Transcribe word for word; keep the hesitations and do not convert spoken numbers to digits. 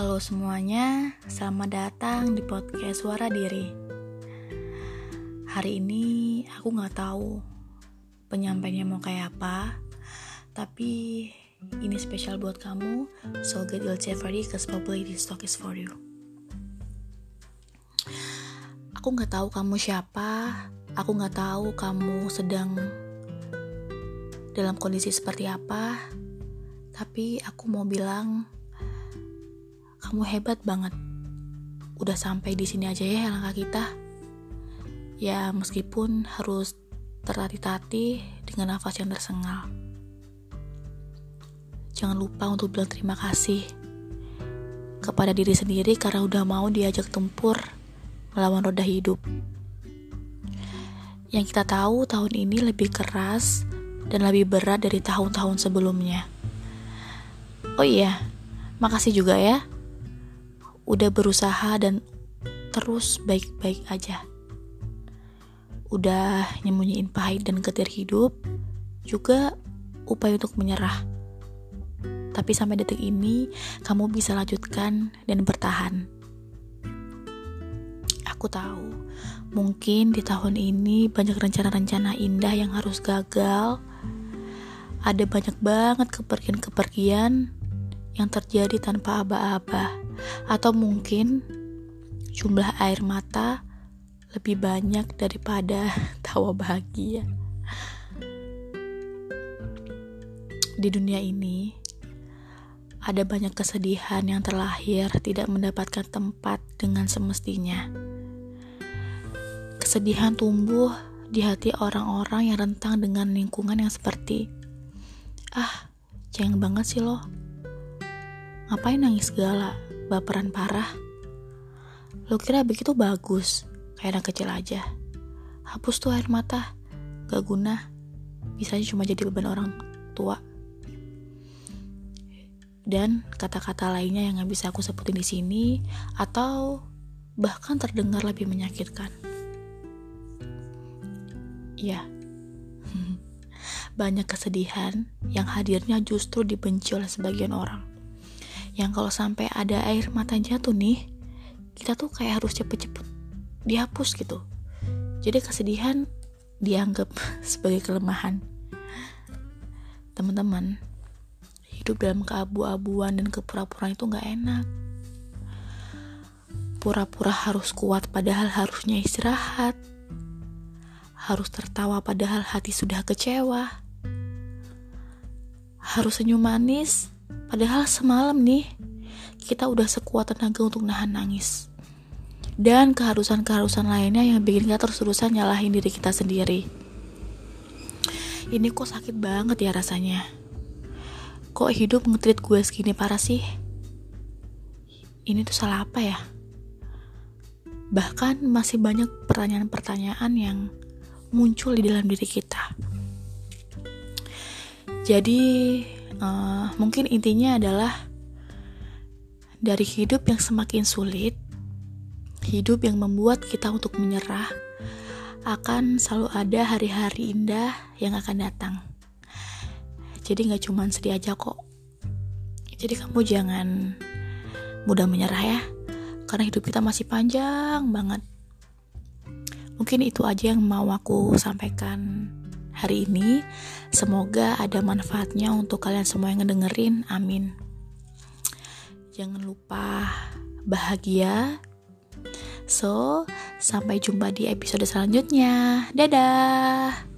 Halo semuanya, selamat datang di podcast Suara Diri. Hari ini aku gak tahu penyampaiannya mau kayak apa, tapi ini spesial buat kamu. So get yourself ready, cause probably this talk is for you. Aku gak tahu kamu siapa, aku gak tahu kamu sedang dalam kondisi seperti apa, tapi aku mau bilang kamu hebat banget. Udah sampai di sini aja ya langkah kita. Ya meskipun harus tertatih-tatih dengan nafas yang tersengal. Jangan lupa untuk bilang terima kasih kepada diri sendiri karena udah mau diajak tempur melawan roda hidup. Yang kita tahu tahun ini lebih keras dan lebih berat dari tahun-tahun sebelumnya. Oh iya, makasih juga ya. Udah berusaha dan terus baik-baik aja. Udah nyembunyiin pahit dan getir hidup, juga upaya untuk menyerah. Tapi sampai detik ini, kamu bisa lanjutkan dan bertahan. Aku tahu, mungkin di tahun ini banyak rencana-rencana indah yang harus gagal. Ada banyak banget kepergian-kepergian yang terjadi tanpa aba-aba. Atau mungkin jumlah air mata lebih banyak daripada tawa bahagia. Di dunia ini ada banyak kesedihan yang terlahir tidak mendapatkan tempat dengan semestinya. Kesedihan tumbuh di hati orang-orang yang rentang dengan lingkungan yang seperti, ah, cengeng banget sih lo. Ngapain nangis segala, baperan parah. Lo kira begitu bagus, kayak anak kecil aja. Hapus tuh air mata, gak guna. Bisanya cuma jadi beban orang tua. Dan kata-kata lainnya yang gak bisa aku sebutin di sini, atau bahkan terdengar lebih menyakitkan. Ya, banyak kesedihan yang hadirnya justru dibenci oleh sebagian orang. Yang kalau sampai ada air mata jatuh nih, kita tuh kayak harus cepet-cepet dihapus gitu. Jadi kesedihan dianggap sebagai kelemahan. Teman-teman, hidup dalam keabu-abuan dan kepura-puraan itu gak enak. Pura-pura harus kuat padahal harusnya istirahat. Harus tertawa padahal hati sudah kecewa. Harus senyum manis padahal semalam nih, kita udah sekuat tenaga untuk nahan nangis. Dan keharusan-keharusan lainnya yang bikin kita terus-terusan nyalahin diri kita sendiri. Ini kok sakit banget ya rasanya. Kok hidup nge-treat gue segini parah sih? Ini tuh salah apa ya? Bahkan masih banyak pertanyaan-pertanyaan yang muncul di dalam diri kita. Jadi Uh, mungkin intinya adalah dari hidup yang semakin sulit, hidup yang membuat kita untuk menyerah, akan selalu ada hari-hari indah yang akan datang. Jadi gak cuma sedih aja kok. Jadi kamu jangan mudah menyerah ya, karena hidup kita masih panjang banget. Mungkin itu aja yang mau aku sampaikan hari ini. Semoga ada manfaatnya untuk kalian semua yang ngedengerin. Amin. Jangan lupa bahagia. So, sampai jumpa di episode selanjutnya. Dadah.